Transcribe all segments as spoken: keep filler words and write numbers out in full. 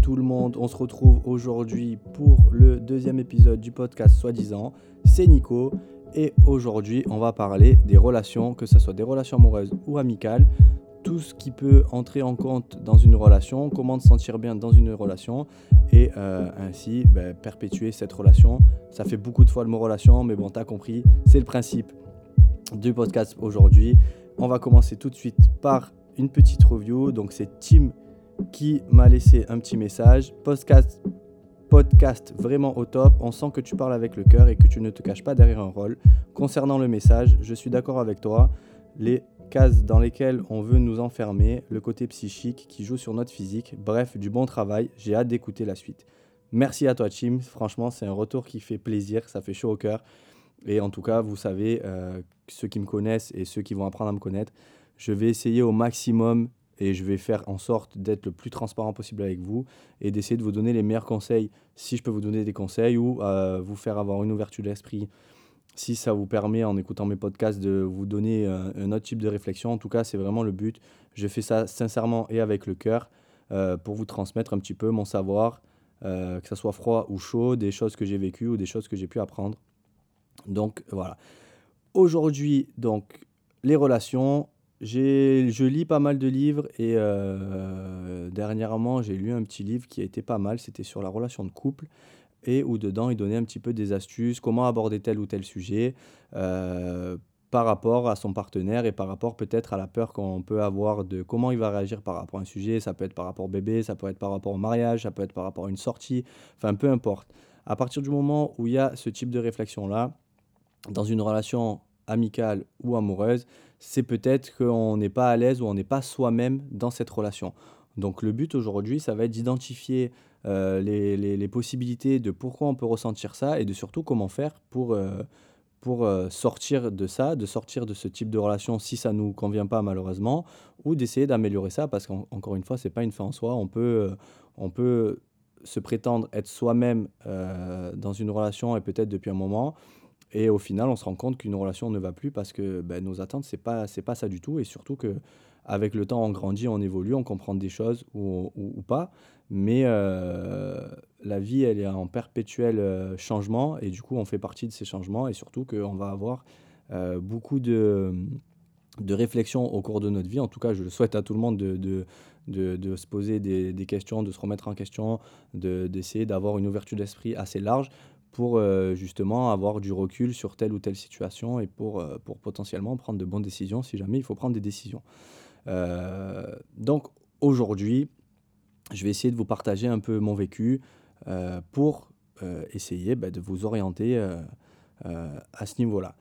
tout le monde, on se retrouve aujourd'hui pour le deuxième épisode du podcast Soi-disant. C'est Nico et aujourd'hui on va parler des relations, que ce soit des relations amoureuses ou amicales, tout ce qui peut entrer en compte dans une relation, comment se sentir bien dans une relation et euh, ainsi ben, perpétuer cette relation. Ça fait beaucoup de fois le mot relation, mais bon, t'as compris, c'est le principe du podcast aujourd'hui. On va commencer tout de suite par une petite review. Donc c'est Tim qui m'a laissé un petit message. Podcast, podcast vraiment au top. On sent que tu parles avec le cœur et que tu ne te caches pas derrière un rôle. Concernant le message, je suis d'accord avec toi. Les cases dans lesquelles on veut nous enfermer, le côté psychique qui joue sur notre physique. Bref, du bon travail. J'ai hâte d'écouter la suite. Merci à toi, Tim. Franchement, c'est un retour qui fait plaisir. Ça fait chaud au cœur. Et en tout cas, vous savez, euh, ceux qui me connaissent et ceux qui vont apprendre à me connaître, je vais essayer au maximum et je vais faire en sorte d'être le plus transparent possible avec vous et d'essayer de vous donner les meilleurs conseils, si je peux vous donner des conseils, ou euh, vous faire avoir une ouverture d'esprit, si ça vous permet, en écoutant mes podcasts, de vous donner un, un autre type de réflexion. En tout cas, c'est vraiment le but. Je fais ça sincèrement et avec le cœur euh, pour vous transmettre un petit peu mon savoir, euh, que ça soit froid ou chaud, des choses que j'ai vécues ou des choses que j'ai pu apprendre. Donc voilà. Aujourd'hui, donc, les relations, j'ai, je lis pas mal de livres et euh, dernièrement, j'ai lu un petit livre qui a été pas mal. C'était sur la relation de couple et où dedans, il donnait un petit peu des astuces, comment aborder tel ou tel sujet euh, par rapport à son partenaire et par rapport peut-être à la peur qu'on peut avoir de comment il va réagir par rapport à un sujet. Ça peut être par rapport au bébé, ça peut être par rapport au mariage, ça peut être par rapport à une sortie, enfin peu importe. À partir du moment où il y a ce type de réflexion-là, dans une relation amicale ou amoureuse, c'est peut-être qu'on n'est pas à l'aise ou on n'est pas soi-même dans cette relation. Donc le but aujourd'hui, ça va être d'identifier euh, les, les- les possibilités de pourquoi on peut ressentir ça et de surtout comment faire pour, euh, pour euh, sortir de ça, de sortir de ce type de relation si ça ne nous convient pas malheureusement, ou d'essayer d'améliorer ça parce qu'encore une fois, ce n'est pas une fin en soi. On peut, euh, on peut se prétendre être soi-même euh, dans une relation et peut-être depuis un moment, et au final, on se rend compte qu'une relation ne va plus parce que ben, nos attentes, c'est pas, c'est pas ça du tout. Et surtout qu'avec le temps, on grandit, on évolue, on comprend des choses ou, ou, ou pas. Mais euh, la vie, elle est en perpétuel euh, changement. Et du coup, on fait partie de ces changements. Et surtout qu'on va avoir euh, beaucoup de, de réflexions au cours de notre vie. En tout cas, je le souhaite à tout le monde de, de, de, de se poser des, des questions, de se remettre en question, de, d'essayer d'avoir une ouverture d'esprit assez large pour euh, justement avoir du recul sur telle ou telle situation et pour, euh, pour potentiellement prendre de bonnes décisions si jamais il faut prendre des décisions. Euh, donc aujourd'hui, je vais essayer de vous partager un peu mon vécu euh, pour euh, essayer bah, de vous orienter euh, euh, à ce niveau-là.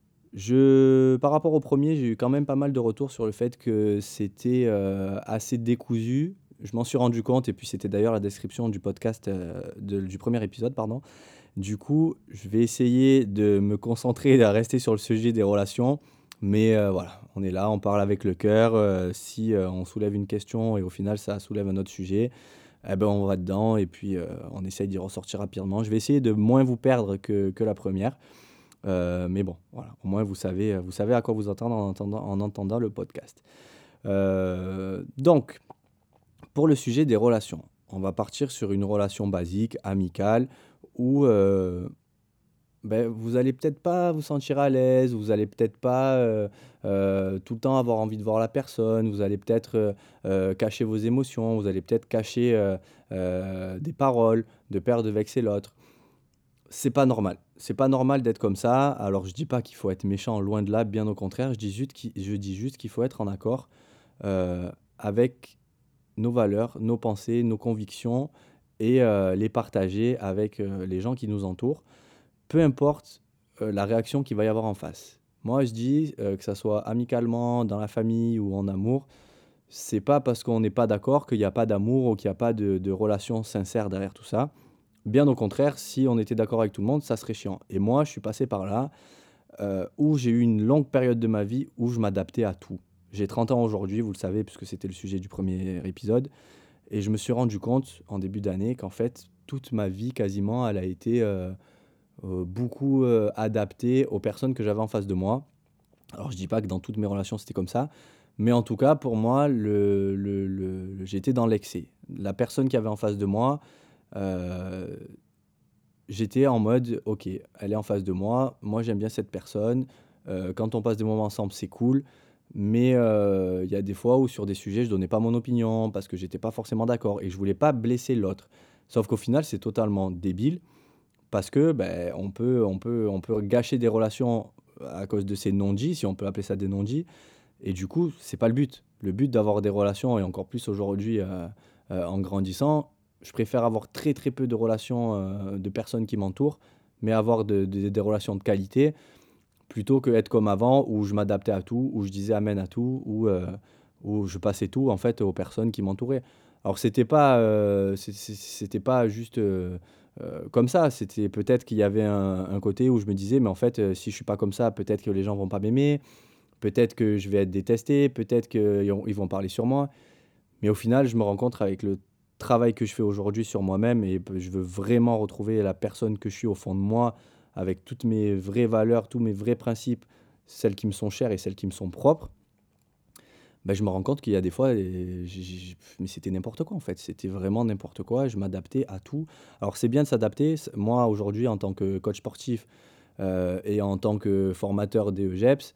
Je, par rapport au premier, j'ai eu quand même pas mal de retours sur le fait que c'était euh, assez décousu. Je m'en suis rendu compte, et puis c'était d'ailleurs la description du podcast, euh, de- du premier épisode, pardon. Du coup, je vais essayer de me concentrer et à rester sur le sujet des relations. Mais euh, voilà, on est là, on parle avec le cœur. Euh, si euh, on soulève une question et au final ça soulève un autre sujet, eh ben on va dedans et puis euh, on essaye d'y ressortir rapidement. Je vais essayer de moins vous perdre que, que la première. Euh, mais bon, voilà, au moins vous savez, vous savez à quoi vous attendre en entendant, en entendant le podcast. Euh, donc, pour le sujet des relations, on va partir sur une relation basique, amicale, où euh, ben, vous allez peut-être pas vous sentir à l'aise, vous allez peut-être pas euh, euh, tout le temps avoir envie de voir la personne, vous allez peut-être euh, euh, cacher vos émotions, vous allez peut-être cacher euh, euh, des paroles, de peur de vexer l'autre. C'est pas normal. C'est pas normal d'être comme ça. Alors je dis pas qu'il faut être méchant, loin de là, bien au contraire. Je dis juste qu'il, je dis juste qu'il faut être en accord euh, avec nos valeurs, nos pensées, nos convictions et euh, les partager avec euh, les gens qui nous entourent, peu importe euh, la réaction qu'il va y avoir en face. Moi, je dis euh, que ça soit amicalement, dans la famille ou en amour, c'est pas parce qu'on n'est pas d'accord qu'il n'y a pas d'amour ou qu'il n'y a pas de, de relation sincère derrière tout ça. Bien au contraire, si on était d'accord avec tout le monde, ça serait chiant. Et moi, je suis passé par là, euh, où j'ai eu une longue période de ma vie où je m'adaptais à tout. J'ai trente ans aujourd'hui, vous le savez, puisque c'était le sujet du premier épisode. Et je me suis rendu compte en début d'année qu'en fait, toute ma vie, quasiment, elle a été euh, euh, beaucoup euh, adaptée aux personnes que j'avais en face de moi. Alors, je dis pas que dans toutes mes relations, c'était comme ça, Mais en tout cas, pour moi, le le le j'étais dans l'excès. La personne qui avait en face de moi, heu, j'étais en mode: «OK, elle est en face de moi, moi j'aime bien cette personne, heu, quand on passe des moments ensemble, c'est cool». Mais heu, il y a des fois où sur des sujets, je donnais pas mon opinion parce que j'étais pas forcément d'accord et je voulais pas blesser l'autre. Sauf qu'au final, c'est totalement débile parce que, beh, on peut on peut on peut gâcher des relations à cause de ces non-dits, si on peut appeler ça des non-dits et du coup, c'est pas le but. Le but d'avoir des relations et encore plus aujourd'hui, heu heu, en grandissant, je préfère avoir très, très peu de relations, heu, de personnes qui m'entourent, mais avoir de de des relations de qualité plutôt qu'être comme avant où je m'adaptais à tout, où je disais amen à tout, où, heu, où je passais tout en fait aux personnes qui m'entouraient. Alors c'était pas, heu, c'est c'est c'était pas juste, heu heu, comme ça, c'était peut-être qu'il y avait un un côté où je me disais: «Mais en fait, heu, si je suis pas comme ça, peut-être que les gens vont pas m'aimer, peut-être que je vais être détesté, peut-être qu'ils vont ils vont parler sur moi». Mais au final, je me rends compte avec le travail que je fais aujourd'hui sur moi-même et p je veux vraiment retrouver la personne que je suis au fond de moi, avec toutes mes vraies valeurs, tous mes vrais principes, celles qui me sont chères et celles qui me sont propres. Bah, je me rends compte qu'il y a des fois, et j'ai j'ai mais c'était n'importe quoi en fait, c'était vraiment n'importe quoi, je m'adaptais à tout. Alors c'est bien de s'adapter, c moi aujourd'hui en tant que coach sportif, heu et en tant que formateur D E G E P S,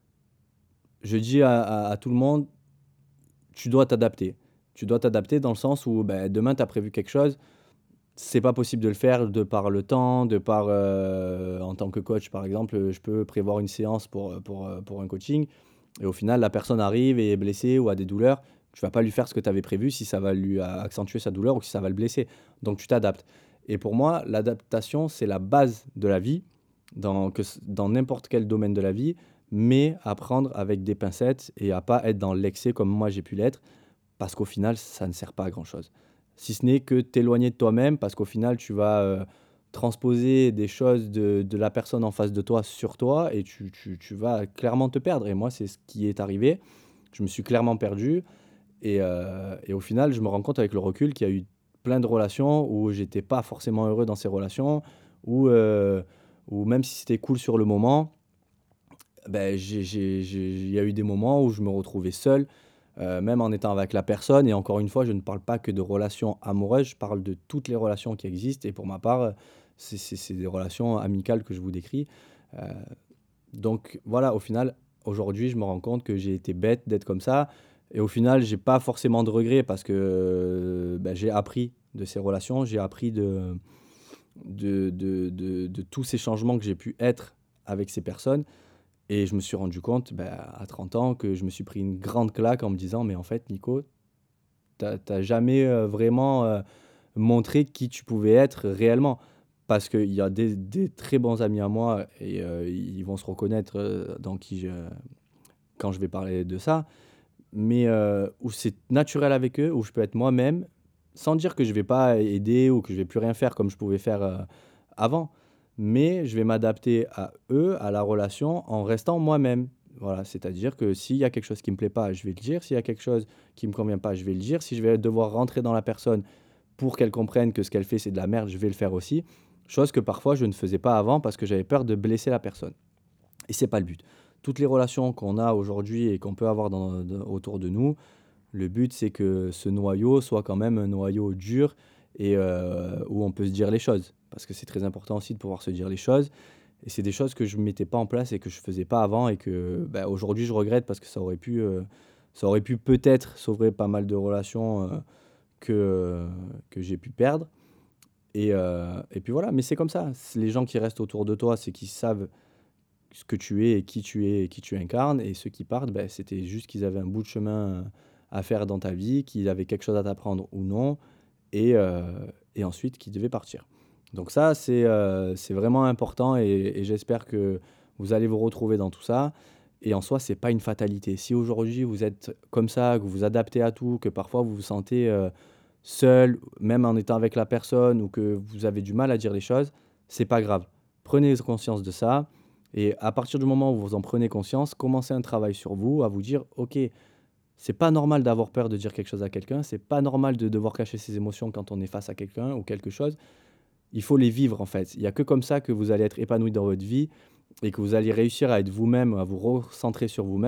je dis à à à tout le monde: «Tu dois t'adapter». Tu dois t'adapter dans le sens où, bah, demain tu as prévu quelque chose, c'est pas possible de le faire de par le temps, de par, heu, en tant que coach par exemple, heu, je peux prévoir une séance pour, heu, pour, heu, pour un coaching et au final la personne arrive et est blessée ou a des douleurs. Tu vas pas lui faire ce que tu avais prévu si ça va lui a accentuer sa douleur ou si ça va le blesser. Donc tu t'adaptes et pour moi, l'adaptation, c'est la base de la vie dans que c dans n'importe quel domaine de la vie, mais à prendre avec des pincettes et à pas être dans l'excès comme moi j'ai pu l'être. Parce qu'au final, ça ne sert pas à grand chose. Si ce n'est que t'éloigner de toi-même, parce qu'au final, tu vas, heu, transposer des choses de de la personne en face de toi sur toi et tu tu tu vas clairement te perdre et moi, c'est ce qui est arrivé. Je me suis clairement perdu et heu et au final, je me rends compte avec le recul qu'il y a eu plein de relations où j'étais pas forcément heureux dans ces relations, où, heu, où même si c'était cool sur le moment, beh, j'ai j'ai j'ai il y a eu des moments où je me retrouvais seul, heu, même en étant avec la personne et encore une fois, je ne parle pas que de relations amoureuses, je parle de toutes les relations qui existent et pour ma part, heu, c'est c'est c'est des relations amicales que je vous décris. Heu, donc voilà, au final, aujourd'hui, je me rends compte que j'ai été bête d'être comme ça et au final, j'ai pas forcément de regrets parce que, heu, bah, j'ai appris de ces relations, j'ai appris de de de de de tous ces changements que j'ai pu être avec ces personnes et je me suis rendu compte, bah, à trente ans que je me suis pris une grande claque en me disant: «Mais en fait Nico, tu as jamais, heu, vraiment, heu, montré qui tu pouvais être réellement». Parce qu'il y a des des très bons amis à moi et heu, ils vont se reconnaître, heu, dans qui je quand je vais parler de ça. Mais heu, où c'est naturel avec eux, où je peux être moi-même, sans dire que je vais pas aider ou que je vais plus rien faire comme je pouvais faire, heu, avant. Mais je vais m'adapter à eux, à la relation, en restant moi-même. Voilà, c'est-à-dire que s'il y a quelque chose qui me plaît pas, je vais le dire. S'il y a quelque chose qui me convient pas, je vais le dire. Si je vais devoir rentrer dans la personne pour qu'elle comprenne que ce qu'elle fait, c'est de la merde, je vais le faire aussi. Chose que parfois je ne faisais pas avant parce que j'avais peur de blesser la personne. Et c'est pas le but. Toutes les relations qu'on a aujourd'hui et qu'on peut avoir dans dans autour de nous, le but, c'est que ce noyau soit quand même un noyau dur et heu, où on peut se dire les choses. Parce que c'est très important aussi de pouvoir se dire les choses et c'est des choses que je ne mettais pas en place et que je faisais pas avant et que, bah, aujourd'hui je regrette parce que ça aurait pu, heu, ça aurait pu peut-être sauver pas mal de relations, heu, que, heu, que j'ai pu perdre et heu et puis voilà. Mais c'est comme ça, c'est les gens qui restent autour de toi, c'est qu'ils savent ce que tu es et qui tu es et qui tu incarnes et ceux qui partent, beh, c'était juste qu'ils avaient un bout de chemin, heu, à faire dans ta vie, qu'ils avaient quelque chose à t'apprendre ou non et heu et ensuite qu'ils devaient partir. Donc ça, c'est, heu, c'est vraiment important et et j'espère que vous allez vous retrouver dans tout ça et en soi, c'est pas une fatalité. Si aujourd'hui vous êtes comme ça, que vous vous adaptez à tout, que parfois vous vous sentez, heu, seul, même en étant avec la personne ou que vous avez du mal à dire les choses, c'est pas grave. Prenez conscience de ça et à partir du moment où vous en prenez conscience, commencez un travail sur vous, à vous dire: «OK, c'est pas normal d'avoir peur de dire quelque chose à quelqu'un, c'est pas normal de devoir cacher ses émotions quand on est face à quelqu'un ou quelque chose. Il faut les vivre, en fait. Il y a que comme ça que vous allez être épanoui dans votre vie et que vous allez réussir à être vous-même, à vous recentrer sur vous-même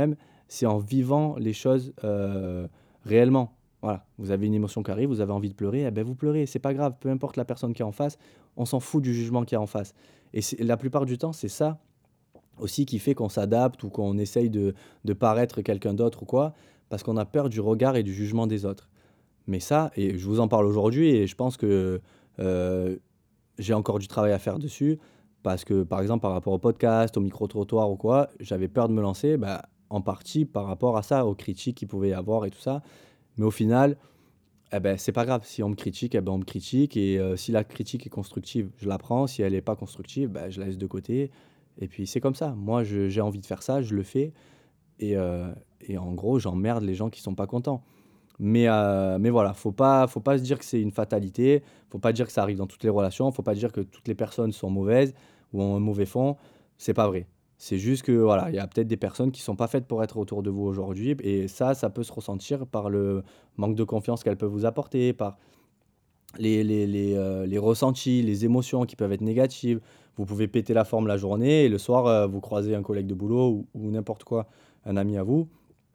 c'est en vivant les choses euh, réellement. Voilà, vous avez une émotion qui arrive, vous avez envie de pleurer, eh ben vous pleurez, c'est pas grave, peu importe la personne qui est en face, on s'en fout du jugement qui est en face. Et c'est, la plupart du temps, c'est ça aussi qui fait qu'on s'adapte ou qu'on essaye de, de paraître quelqu'un d'autre ou quoi, parce qu'on a peur du regard et du jugement des autres. Mais ça, et je vous en parle aujourd'hui, et je pense que euh, j'ai encore du travail à faire dessus, parce que par exemple par rapport au podcast, au micro-trottoir ou quoi, j'avais peur de me lancer, bah, en partie par rapport à ça, aux critiques qu'il pouvait y avoir et tout ça. Mais au final, eh ben, c'est pas grave. Si on me critique, eh ben, on me critique. Et euh, si la critique est constructive, je la prends. Si elle n'est pas constructive, ben, je la laisse de côté. Et puis c'est comme ça. Moi, je- j'ai envie de faire ça, je le fais. Et, euh, et en gros, j'emmerde les gens qui sont pas contents. Mais, euh, mais voilà, faut pas, faut pas se dire que c'est une fatalité. Faut pas dire que ça arrive dans toutes les relations. Faut pas dire que toutes les personnes sont mauvaises ou ont un mauvais fond. C'est pas vrai. C'est juste que voilà, il y a peut-être des personnes qui sont pas faites pour être autour de vous aujourd'hui. Et ça, ça peut se ressentir par le manque de confiance qu'elles peuvent vous apporter, par les, les, les, euh, les ressentis, les émotions qui peuvent être négatives. Vous pouvez péter la forme la journée et le soir, euh, vous croisez un collègue de boulot ou, ou n'importe quoi, un ami à vous.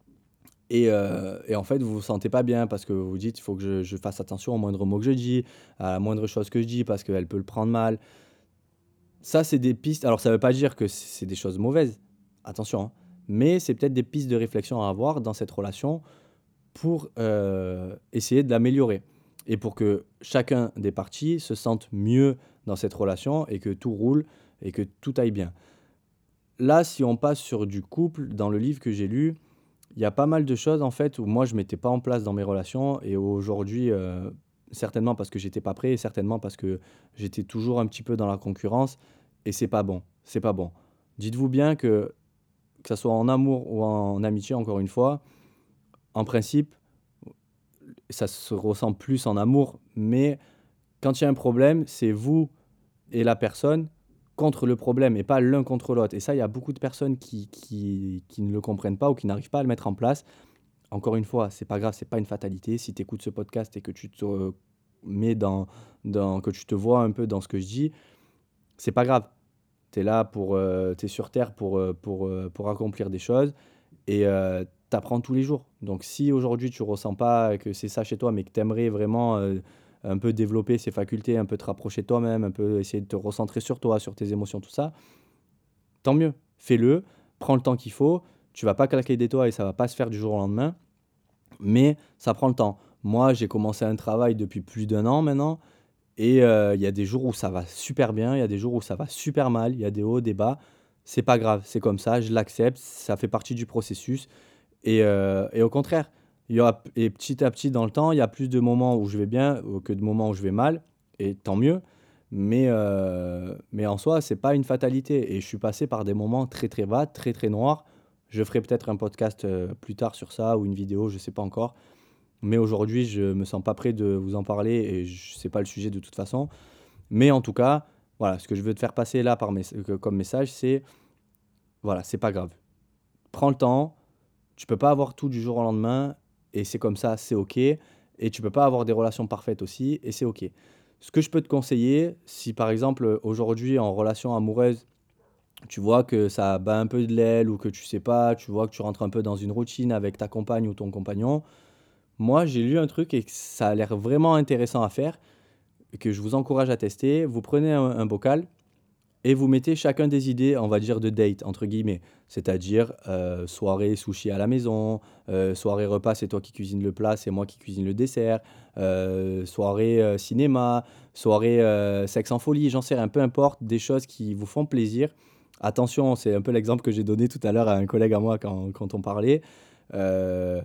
Et, euh, et en fait, vous vous sentez pas bien parce que vous vous dites, il faut que je, je fasse attention au moindre mot que je dis, à la moindre chose que je dis parce qu'elle peut le prendre mal. Ça, c'est des pistes. Alors, ça veut pas dire que c'est des choses mauvaises. Attention, hein. Mais c'est peut-être des pistes de réflexion à avoir dans cette relation pour euh, essayer de l'améliorer et pour que chacun des parties se sente mieux dans cette relation et que tout roule et que tout aille bien. Là, si on passe sur du couple, dans le livre que j'ai lu, il y a pas mal de choses en fait où moi je mettais pas en place dans mes relations et aujourd'hui, euh, certainement parce que j'étais pas prêt et certainement parce que j'étais toujours un petit peu dans la concurrence et c'est pas bon, c'est pas bon. Dites-vous bien que que ça soit en amour ou en amitié, encore une fois, en principe, ça se ressent plus en amour, mais quand il y a un problème, c'est vous et la personne contre le problème et pas l'un contre l'autre. Et ça, il y a beaucoup de personnes qui, qui, qui ne le comprennent pas ou qui n'arrivent pas à le mettre en place. Encore une fois, c'est pas grave, c'est pas une fatalité. Si tu écoutes ce podcast et que tu te euh, mets dans, dans, que tu te vois un peu dans ce que je dis, c'est pas grave. Tu es là pour, euh, tu es sur Terre pour, euh, pour, euh, pour accomplir des choses et euh, tu apprends tous les jours. Donc si aujourd'hui tu ressens pas que c'est ça chez toi, mais que tu aimerais vraiment euh, un peu développer ces facultés, un peu te rapprocher de toi-même, un peu essayer de te recentrer sur toi, sur tes émotions, tout ça, tant mieux. Fais-le, prends le temps qu'il faut. Tu vas pas claquer des doigts et ça va pas se faire du jour au lendemain, mais ça prend le temps. Moi, j'ai commencé un travail depuis plus d'un an maintenant et euh, il y a des jours où ça va super bien, il y a des jours où ça va super mal, il y a des hauts, des bas. C'est pas grave, c'est comme ça, je l'accepte, ça fait partie du processus. Et, euh, et au contraire, il y aura, et petit à petit dans le temps, il y a plus de moments où je vais bien euh, que de moments où je vais mal, et tant mieux. Mais, euh, mais en soi, c'est pas une fatalité. Et je suis passé par des moments très très bas, très très noirs. Je ferai peut-être un podcast euh, plus tard sur ça ou une vidéo, je sais pas encore. Mais aujourd'hui, je me sens pas prêt de vous en parler et je sais pas le sujet de toute façon. Mais en tout cas, voilà, ce que je veux te faire passer là par mes- euh, comme message, c'est voilà, c'est pas grave. Prends le temps, tu peux pas avoir tout du jour au lendemain et c'est comme ça, c'est OK. Et tu peux pas avoir des relations parfaites aussi et c'est OK. Ce que je peux te conseiller, si par exemple aujourd'hui en relation amoureuse, tu vois que ça bat un peu de l'aile ou que tu sais pas, tu vois que tu rentres un peu dans une routine avec ta compagne ou ton compagnon, moi j'ai lu un truc et que ça a l'air vraiment intéressant à faire, et que je vous encourage à tester. Vous prenez un, un bocal et vous mettez chacun des idées, on va dire, de date, entre guillemets. C'est-à-dire euh, soirée sushi à la maison, euh, soirée repas, c'est toi qui cuisines le plat, c'est moi qui cuisine le dessert, euh, soirée euh, cinéma, soirée euh, sexe en folie, j'en sais rien, peu importe, des choses qui vous font plaisir. Attention, c'est un peu l'exemple que j'ai donné tout à l'heure à un collègue à moi quand, quand on parlait. Euh,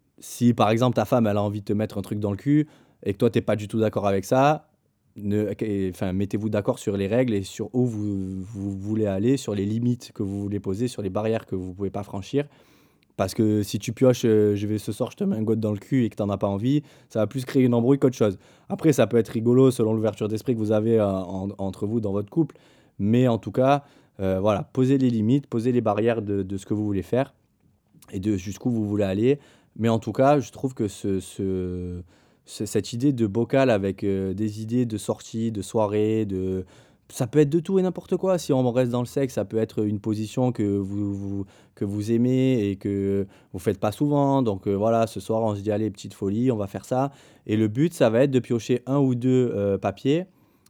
Si par exemple ta femme elle a envie de te mettre un truc dans le cul et que toi t'es pas du tout d'accord avec ça, ne, et- enfin, mettez-vous d'accord sur les règles et sur où vous, vous voulez aller, sur les limites que vous voulez poser, sur les barrières que vous pouvez pas franchir. Parce que si tu pioches, euh, je vais ce soir, je te mets un gosse dans le cul et que t'en as pas envie, ça va plus créer une embrouille qu'autre chose. Après, ça peut être rigolo selon l'ouverture d'esprit que vous avez euh, en- entre vous dans votre couple, mais en tout cas, euh, voilà, posez les limites, posez les barrières de, de ce que vous voulez faire et de jusqu'où vous voulez aller. Mais en tout cas, je trouve que ce, ce- ce- cette idée de bocal avec euh, des idées de sortie, de soirée, de Ça peut être de tout et n'importe quoi. Si on reste dans le sexe, ça peut être une position que vous vous que vous aimez et que vous faites pas souvent. Donc, heu, voilà, ce soir, on se dit: «Allez, petite folie, on va faire ça» et le but, ça va être de piocher un ou deux heu, papiers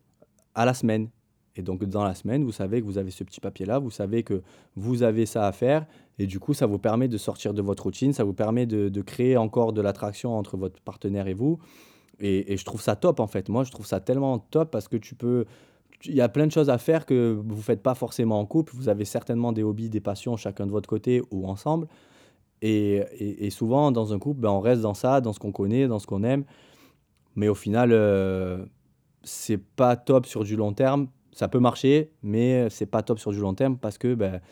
à la semaine et donc dans la semaine, vous savez que vous avez ce petit papier-là, vous savez que vous avez ça à faire et du coup, ça vous permet de sortir de votre routine, ça vous permet de de créer encore de l'attraction entre votre partenaire et vous et et je trouve ça top, en fait. Moi, je trouve ça tellement top parce que tu peux tu il y a plein de choses à faire que vous faites pas forcément en couple. Vous avez certainement des hobbies, des passions chacun de votre côté ou ensemble et et et souvent dans un couple, ben, on reste dans ça, dans ce qu'on connaît, dans ce qu'on aime mais au final, heu, c'est pas top sur du long terme. Ça peut marcher, mais c'est pas top sur du long terme parce que, ben,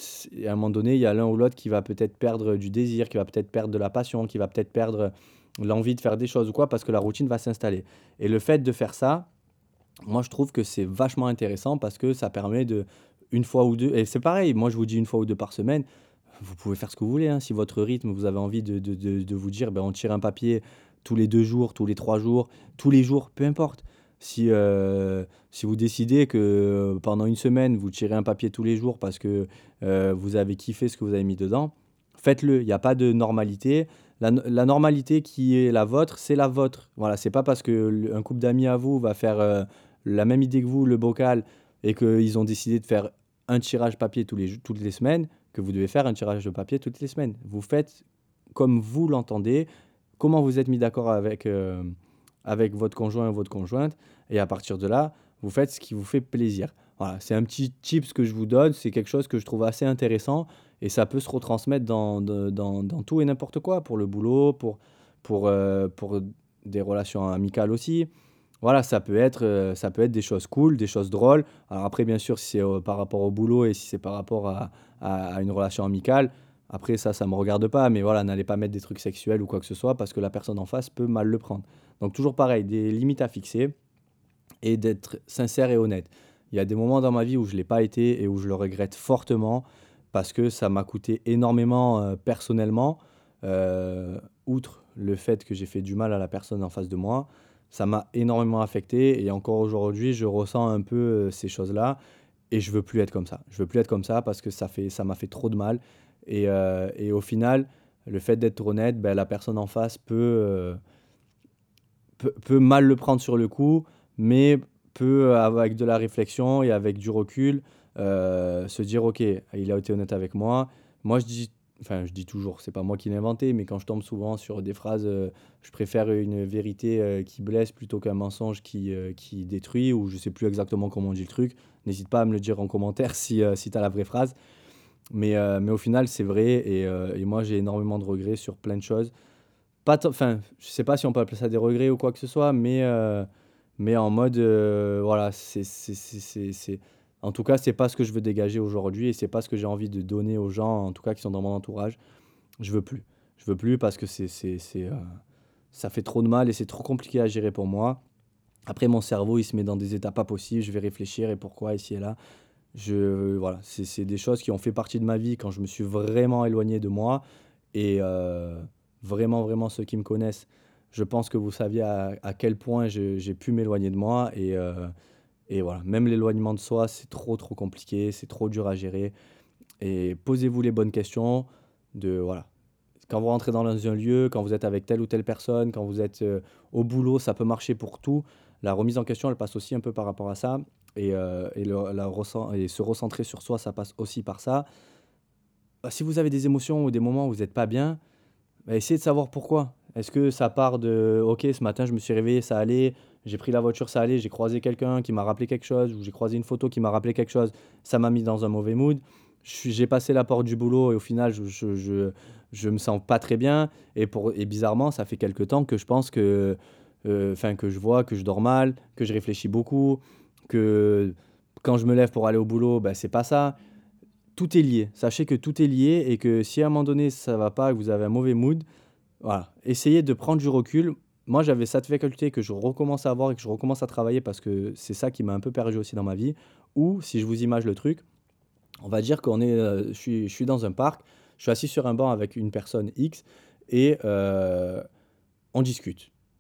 c à un moment donné, il y a l'un ou l'autre qui va peut-être perdre du désir, qui va peut-être perdre de la passion, qui va peut-être perdre l'envie de faire des choses ou quoi, parce que la routine va s'installer et le fait de faire ça, moi, je trouve que c'est vachement intéressant parce que ça permet de une fois ou deux et c'est pareil, moi, je vous dis une fois ou deux par semaine, vous pouvez faire ce que vous voulez, hein. Si votre rythme, vous avez envie de de de de vous dire: «Ben, on tire un papier tous les deux jours, tous les trois jours, tous les jours», peu importe. Si, heu, si vous décidez que, heu, pendant une semaine, vous tirez un papier tous les jours parce que, heu, vous avez kiffé ce que vous avez mis dedans, faites-le. Il y a pas de normalité. La no la normalité qui est la vôtre, c'est la vôtre. Voilà, c'est pas parce que l un couple d'amis à vous va faire, heu, la même idée que vous, le bocal et qu'ils ont décidé de faire un tirage papier tous les j toutes les semaines, que vous devez faire un tirage de papier toutes les semaines. Vous faites comme vous l'entendez, comment vous êtes mis d'accord avec, hem, avec votre conjoint ou votre conjointe et à partir de là, vous faites ce qui vous fait plaisir. Voilà, c'est un petit tips que je vous donne, c'est quelque chose que je trouve assez intéressant et ça peut se retransmettre dans de dans dans tout et n'importe quoi, pour le boulot, pour pour, heu, pour des relations amicales aussi. Voilà, ça peut être, heu, ça peut être des choses cool, des choses drôles. Alors après, bien sûr, si c'est, heu, par rapport au boulot et si c'est par rapport à à à une relation amicale, après ça, ça me regarde pas. Mais voilà, n'allez pas mettre des trucs sexuels ou quoi que ce soit parce que la personne en face peut mal le prendre. Donc toujours pareil, des limites à fixer et d'être sincère et honnête. Il y a des moments dans ma vie où je ne l'ai pas été et où je le regrette fortement parce que ça m'a coûté énormément, heu, personnellement, heu, outre le fait que j'ai fait du mal à la personne en face de moi, ça m'a énormément affecté et encore aujourd'hui, je ressens un peu, heu, ces choses-là et je veux plus être comme ça. Je veux plus être comme ça parce que ça fait ça m'a fait trop de mal et heu et au final, le fait d'être honnête, bah, la personne en face peut, heu peut peut mal le prendre sur le coup, mais peut, avec de la réflexion et avec du recul, heu, se dire: «OK, il a été honnête avec moi». Moi, je dis enfin, je dis toujours, c'est pas moi qui l'ai inventé, mais quand je tombe souvent sur des phrases, heu: «Je préfère une vérité, heu, qui blesse plutôt qu'un mensonge qui, heu, qui détruit» ou je sais plus exactement comment on dit le truc. N'hésite pas à me le dire en commentaire si, heu, si tu as la vraie phrase. Mais, heu, mais au final, c'est vrai et heu et moi, j'ai énormément de regrets sur plein de choses. Pas tant enfin, je sais pas si on peut appeler ça des regrets ou quoi que ce soit, mais heu, mais en mode, heu, voilà, c'est c'est c'est c'est c'est en tout cas, c'est pas ce que je veux dégager aujourd'hui et c'est pas ce que j'ai envie de donner aux gens, en tout cas, qui sont dans mon entourage. Je veux plus. Je veux plus parce que c'est c'est c'est, heu, ça fait trop de mal et c'est trop compliqué à gérer pour moi. Après mon cerveau, il se met dans des états pas possibles, je vais réfléchir et pourquoi ici et là. Je voilà, c'est c'est des choses qui ont fait partie de ma vie quand je me suis vraiment éloigné de moi et heu, vraiment, vraiment ceux qui me connaissent, je pense que vous saviez à à quel point je j'ai pu m'éloigner de moi et heu et voilà, même l'éloignement de soi, c'est trop, trop compliqué, c'est trop dur à gérer et posez-vous les bonnes questions de voilà, quand vous rentrez dans un lieu, quand vous êtes avec telle ou telle personne, quand vous êtes, heu, au boulot, ça peut marcher pour tout. La remise en question, elle passe aussi un peu par rapport à ça et heu et le la recen et se recentrer sur soi, ça passe aussi par ça. Bah, si vous avez des émotions ou des moments où vous êtes pas bien, bah, essayez de savoir pourquoi. Est-ce que ça part de: «OK, ce matin, je me suis réveillé, ça allait, j'ai pris la voiture, ça allait, j'ai croisé quelqu'un qui m'a rappelé quelque chose ou j'ai croisé une photo qui m'a rappelé quelque chose, ça m'a mis dans un mauvais mood». Je suis j'ai passé la porte du boulot et au final, je je je je me sens pas très bien et pour et bizarrement, ça fait quelque temps que je pense que, heu, enfin, que je vois que je dors mal, que je réfléchis beaucoup, que quand je me lève pour aller au boulot, bah, c'est pas ça. Tout est lié. Sachez que tout est lié et que si à un moment donné ça va pas, que vous avez un mauvais mood, voilà, essayez de prendre du recul. Moi, j'avais cette faculté que je recommence à avoir et que je recommence à travailler parce que c'est ça qui m'a un peu perdu aussi dans ma vie. Ou si je vous image le truc, on va dire qu'on est, heu, je suis je suis dans un parc, je suis assis sur un banc avec une personne X et heu, on discute.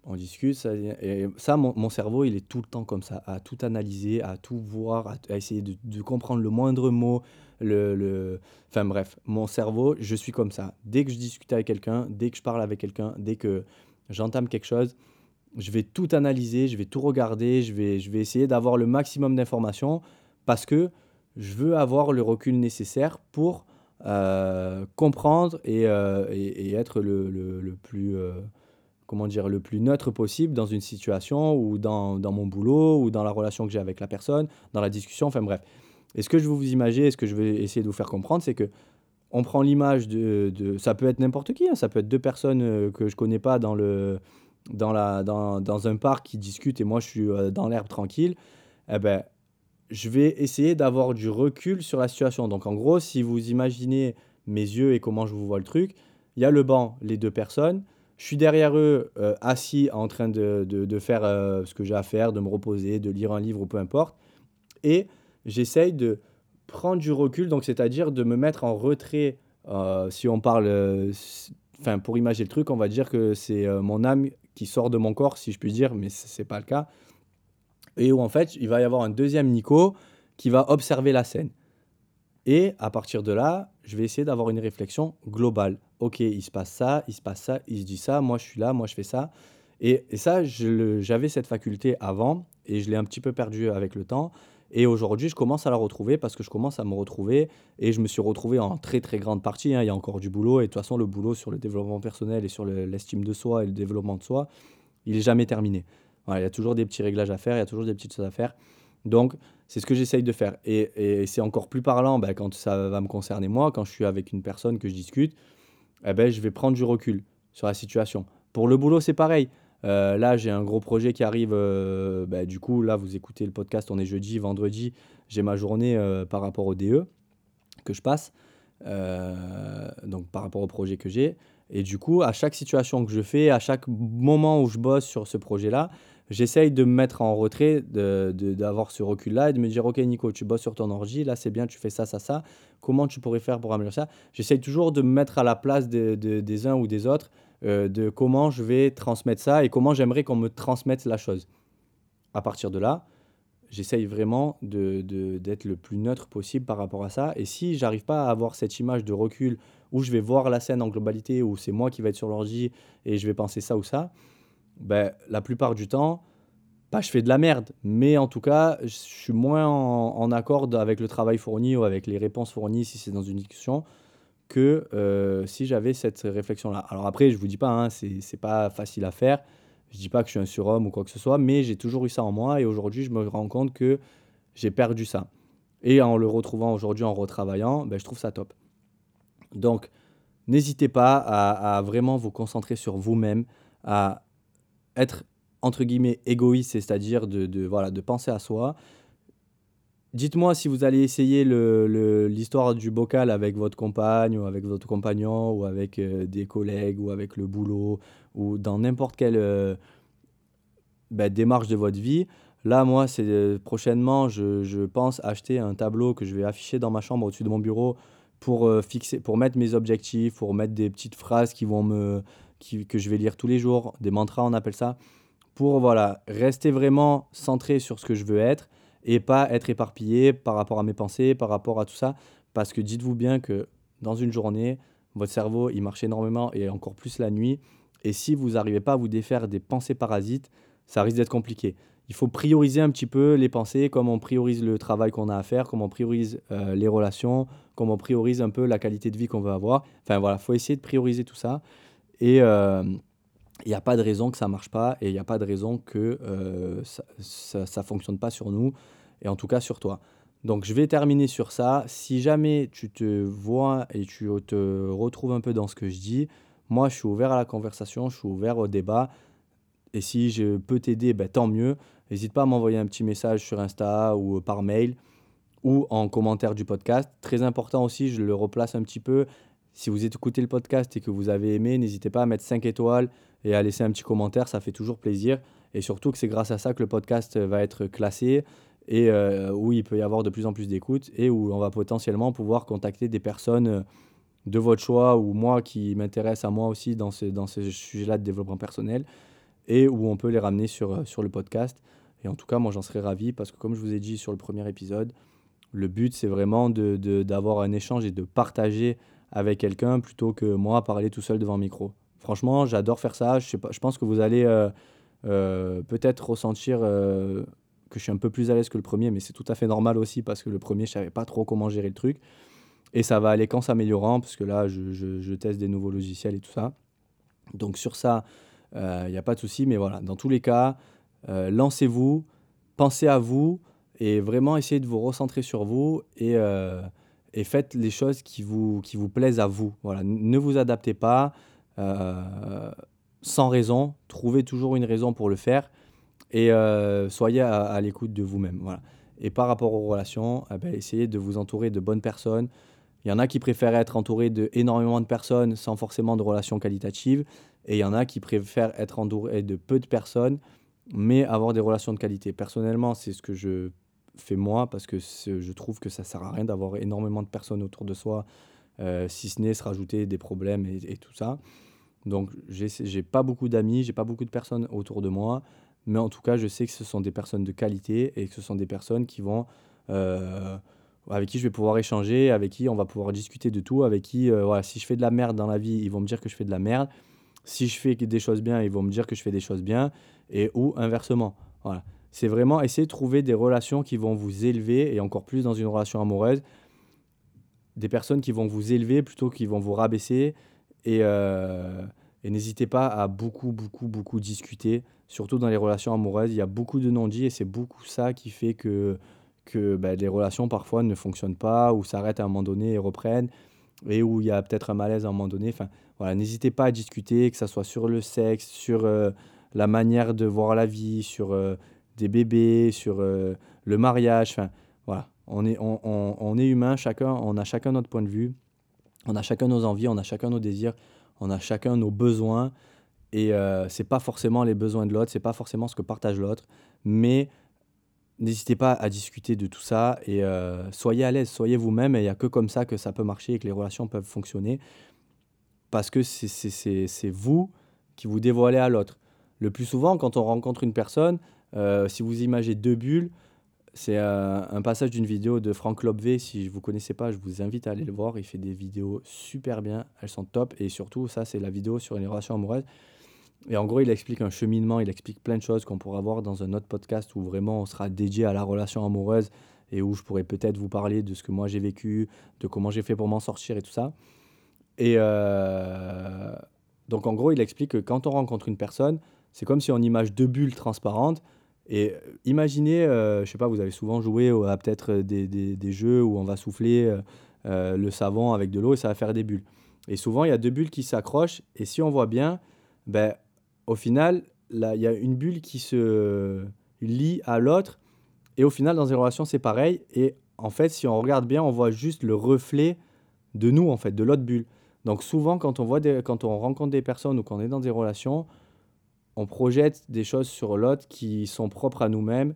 on discute, ça et ça mon mon cerveau, il est tout le temps comme ça, à tout analyser, à tout voir, à à essayer de de comprendre le moindre mot, le le enfin bref, mon cerveau, je suis comme ça. Dès que je discute avec quelqu'un, dès que je parle avec quelqu'un, dès que j'entame quelque chose, je vais tout analyser, je vais tout regarder, je vais je vais essayer d'avoir le maximum d'informations parce que je veux avoir le recul nécessaire pour, heu, comprendre et heu et et être le le le plus, heu, comment dire? Le plus neutre possible dans une situation ou dans dans mon boulot ou dans la relation que j'ai avec la personne, dans la discussion, enfin bref. Et ce que je veux vous imaginer et ce que je vais essayer de vous faire comprendre, c'est que on prend l'image de de ça peut être n'importe qui, hein, ça peut être deux personnes, heu, que je connais pas dans le dans la dans dans un parc qui discutent et moi je suis, heu, dans l'herbe tranquille. Et ben, je vais essayer d'avoir du recul sur la situation. Donc en gros, si vous imaginez mes yeux et comment je vous vois le truc, il y a le banc, les deux personnes, je suis derrière eux, heu, assis en train de de de faire, heu, ce que j'ai à faire, de me reposer, de lire un livre ou peu importe. Et j'essaye de prendre du recul, donc c'est-à-dire de me mettre en retrait, heu, si on parle, heu, s enfin pour imager le truc, on va dire que c'est, heu, mon âme qui sort de mon corps, si je puis dire, mais c c'est pas le cas et où en fait, il va y avoir un deuxième Nico qui va observer la scène et à partir de là, je vais essayer d'avoir une réflexion globale. OK, il se passe ça, il se passe ça, il se dit ça, moi je suis là, moi je fais ça et et ça, je le j'avais cette faculté avant et je l'ai un petit peu perdue avec le temps et aujourd'hui, je commence à la retrouver parce que je commence à me retrouver et je me suis retrouvé en très, très grande partie, hein. Il y a encore du boulot et de toute façon, le boulot sur le développement personnel et sur le l'estime de soi et le développement de soi, il est jamais terminé. Voilà, il y a toujours des petits réglages à faire, il y a toujours des petites choses à faire. Donc, c'est ce que j'essaye de faire et et c'est encore plus parlant, bah, quand ça va me concerner moi, quand je suis avec une personne que je discute, eh beh, je vais prendre du recul sur la situation. Pour le boulot, c'est pareil. Heu, là, j'ai un gros projet qui arrive, heu, bah, du coup, là, vous écoutez le podcast, on est jeudi, vendredi, j'ai ma journée, heu, par rapport au D E que je passe, heu, donc par rapport au projet que j'ai et du coup, à chaque situation que je fais, à chaque moment où je bosse sur ce projet-là, j'essaye de me mettre en retrait, de de d'avoir ce recul-là et de me dire: «OK Nico, tu bosses sur ton ordi, là c'est bien, tu fais ça, ça, ça. Comment tu pourrais faire pour améliorer ça?» J'essaye toujours de me mettre à la place de de des uns ou des autres, heu, de comment je vais transmettre ça et comment j'aimerais qu'on me transmette la chose. À partir de là, j'essaye vraiment de de d'être le plus neutre possible par rapport à ça et si j'arrive pas à avoir cette image de recul où je vais voir la scène en globalité, où c'est moi qui vais être sur l'ordi et je vais penser ça ou ça, ben la plupart du temps, pas je fais de la merde, mais en tout cas, je suis moins en en accord avec le travail fourni ou avec les réponses fournies si c'est dans une discussion que, heu, si j'avais cette réflexion-là. Alors après, je vous dis pas, hein, c'est c'est pas facile à faire. Je dis pas que je suis un surhomme ou quoi que ce soit, mais j'ai toujours eu ça en moi et aujourd'hui, je me rends compte que j'ai perdu ça et en le retrouvant aujourd'hui, en retravaillant, beh, je trouve ça top. Donc n'hésitez pas à à vraiment vous concentrer sur vous-même, à être entre guillemets «égoïste», c'est-à-dire de de voilà, de penser à soi. Dites-moi si vous allez essayer le le l'histoire du bocal avec votre compagne ou avec votre compagnon ou avec, heu, des collègues ou avec le boulot ou dans n'importe quelle, heu, bah, démarche de votre vie. Là, moi, c'est, heu, prochainement, je je pense acheter un tableau que je vais afficher dans ma chambre au-dessus de mon bureau pour, heu, fixer pour mettre mes objectifs, pour mettre des petites phrases qui vont me qui que je vais lire tous les jours, des mantras, on appelle ça. Pour voilà, rester vraiment centré sur ce que je veux être et pas être éparpillé par rapport à mes pensées, par rapport à tout ça. Parce que dites-vous bien que dans une journée, votre cerveau, il marche énormément et encore plus la nuit. Et si vous n'arrivez pas à vous défaire des pensées parasites, ça risque d'être compliqué. Il faut prioriser un petit peu les pensées, comme on priorise le travail qu'on a à faire, comme on priorise euh, les relations, comme on priorise un peu la qualité de vie qu'on veut avoir. Enfin voilà, il faut essayer de prioriser tout ça. Et, euh, il y a pas de raison que ça marche pas et il y a pas de raison que, heu, ça ça ça fonctionne pas sur nous et en tout cas sur toi. Donc je vais terminer sur ça. Si jamais tu te vois et tu te retrouves un peu dans ce que je dis, moi je suis ouvert à la conversation, je suis ouvert au débat et si je peux t'aider, bah, tant mieux. N'hésite pas à m'envoyer un petit message sur Insta ou par mail ou en commentaire du podcast. Très important aussi, je le replace un petit peu. Si vous écoutez le podcast et que vous avez aimé, n'hésitez pas à mettre cinq étoiles et à laisser un petit commentaire, ça fait toujours plaisir. Et surtout que c'est grâce à ça que le podcast va être classé et euh, où il peut y avoir de plus en plus d'écoutes et où on va potentiellement pouvoir contacter des personnes euh, de votre choix ou moi qui m'intéresse à moi aussi dans ce, dans ce sujet-là de développement personnel. et où on peut les ramener sur, sur le podcast. Et en tout cas, moi, j'en serais ravi parce que comme je vous ai dit sur le premier épisode, le but, c'est vraiment de, de- d'avoir un échange et de partager avec quelqu'un plutôt que moi parler tout seul devant un micro. Franchement, j'adore faire ça. Je sais pas, je pense que vous allez euh, euh, peut-être ressentir euh, que je suis un peu plus à l'aise que le premier, mais c'est tout à fait normal aussi parce que le premier, je savais pas trop comment gérer le truc. Et ça va aller qu'en s'améliorant, parce que là, je, je- je teste des nouveaux logiciels et tout ça. Donc sur ça, il n'y a pas de souci. Mais voilà, dans tous les cas, euh, lancez-vous, pensez à vous et vraiment essayez de vous recentrer sur vous et, euh, et faites les choses qui vous, qui vous plaisent à vous. Voilà, N- ne vous adaptez pas euh, sans raison. Trouvez toujours une raison pour le faire et euh, soyez à, à l'écoute de vous-même. Voilà. Et par rapport aux relations, eh ben, essayez de vous entourer de bonnes personnes. Il y en a qui préfèrent être entourés de énormément de personnes sans forcément de relations qualitatives. Et il y en a qui préfèrent être entourés de peu de personnes, mais avoir des relations de qualité. Personnellement, c'est ce que je fais moi, parce que c'est- je trouve que ça sert à rien d'avoir énormément de personnes autour de soi, euh, si ce n'est se rajouter des problèmes et, et tout ça. Donc, j'ai, j'ai pas beaucoup d'amis, j'ai pas beaucoup de personnes autour de moi, mais en tout cas, je sais que ce sont des personnes de qualité et que ce sont des personnes qui vont, euh, avec qui je vais pouvoir échanger, avec qui on va pouvoir discuter de tout, avec qui, euh, voilà, si je fais de la merde dans la vie, ils vont me dire que je fais de la merde. Si je fais des choses bien, ils vont me dire que je fais des choses bien, et ou inversement. Voilà. C'est vraiment essayer de trouver des relations qui vont vous élever, et encore plus dans une relation amoureuse, des personnes qui vont vous élever plutôt qu'ils vont vous rabaisser. Et, euh, et n'hésitez pas à beaucoup, beaucoup, beaucoup discuter. Surtout dans les relations amoureuses, il y a beaucoup de non-dits et c'est beaucoup ça qui fait que, que bah, les relations parfois ne fonctionnent pas ou s'arrêtent à un moment donné et reprennent et où il y a peut-être un malaise à un moment donné. Enfin, voilà, n'hésitez pas à discuter, que ce soit sur le sexe, sur euh, la manière de voir la vie, sur euh, des bébés, sur euh, le mariage. Enfin, voilà, on est, on, on, on est humain, chacun, on a chacun notre point de vue, on a chacun nos envies, on a chacun nos désirs, on a chacun nos besoins. Et euh, c'est pas forcément les besoins de l'autre, c'est pas forcément ce que partage l'autre, mais n'hésitez pas à discuter de tout ça et euh, soyez à l'aise, soyez vous-même et il n'y a que comme ça que ça peut marcher et que les relations peuvent fonctionner parce que c'est c'est- c'est- c'est vous qui vous dévoilez à l'autre. Le plus souvent, quand on rencontre une personne, euh, si vous imaginez deux bulles, c'est euh, un passage d'une vidéo de Franck Lobvé. Si vous ne connaissez pas, je vous invite à aller le voir. Il fait des vidéos super bien, elles sont top. Et surtout, ça, c'est la vidéo sur une relation amoureuse. Et en gros, il explique un cheminement, il explique plein de choses qu'on pourra voir dans un autre podcast où vraiment on sera dédié à la relation amoureuse et où je pourrais peut-être vous parler de ce que moi j'ai vécu, de comment j'ai fait pour m'en sortir et tout ça. Et euh, donc, en gros, il explique que quand on rencontre une personne, c'est comme si on image deux bulles transparentes. Et euh, imaginez, euh, je sais pas, vous avez souvent joué au- à peut-être des, des- des jeux où on va souffler euh, euh, le savon avec de l'eau et ça va faire des bulles. Et souvent, il y a deux bulles qui s'accrochent. Et si on voit bien, ben, au final, là, il y a une bulle qui se lie à l'autre. Et au final, dans une relation, c'est pareil. Et en fait, si on regarde bien, on voit juste le reflet de nous, en fait, de l'autre bulle. Donc souvent, quand on voit des, quand on rencontre des personnes ou qu'on est dans des relations, on projette des choses sur l'autre qui sont propres à nous-mêmes.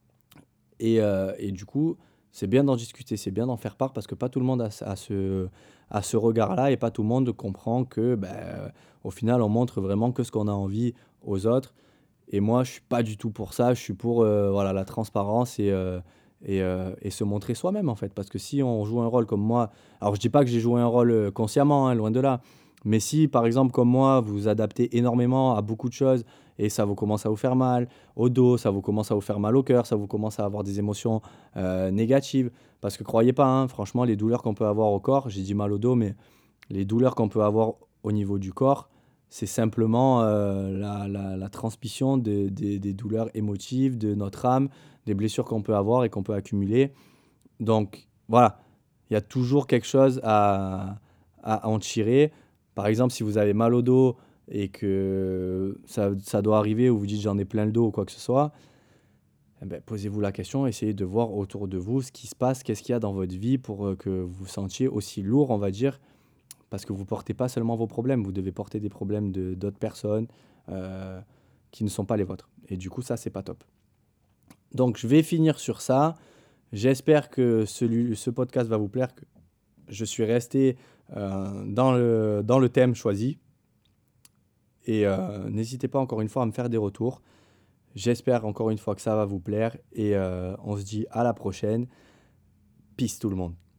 Et, euh, et du coup, c'est bien d'en discuter, c'est bien d'en faire part parce que pas tout le monde a, ce- a ce, a ce regard-là et pas tout le monde comprend que, ben, euh, au final, on montre vraiment que ce qu'on a envie aux autres. Et moi, je suis pas du tout pour ça. Je suis pour euh, voilà, la transparence et, euh, et, euh, et se montrer soi-même, en fait. Parce que si on joue un rôle comme moi, alors je dis pas que j'ai joué un rôle euh, consciemment, hein, loin de là. Mais si, par exemple, comme moi, vous vous adaptez énormément à beaucoup de choses et ça vous commence à vous faire mal au dos, ça vous commence à vous faire mal au cœur, ça vous commence à avoir des émotions euh, négatives. Parce que croyez pas, hein, franchement, les douleurs qu'on peut avoir au corps, j'ai dit mal au dos, mais les douleurs qu'on peut avoir au niveau du corps, c'est simplement euh, la, la- la transmission de- des des douleurs émotives de notre âme, des blessures qu'on peut avoir et qu'on peut accumuler. Donc voilà, il y a toujours quelque chose à, à en tirer. Par exemple, si vous avez mal au dos et que ça, ça doit arriver ou vous dites j'en ai plein le dos ou quoi que ce soit, eh ben, posez-vous la question, essayez de voir autour de vous ce qui se passe, qu'est-ce qu'il y a dans votre vie pour euh, que vous vous sentiez aussi lourd, on va dire, parce que vous portez pas seulement vos problèmes, vous devez porter des problèmes de d'autres personnes euh, qui ne sont pas les vôtres. Et du coup, ça, c'est pas top. Donc, je vais finir sur ça. J'espère que celui, ce podcast va vous plaire, que je suis resté euh, dans le, dans le thème choisi. Et euh, n'hésitez pas encore une fois à me faire des retours. J'espère encore une fois que ça va vous plaire et euh, on se dit à la prochaine. Peace tout le monde.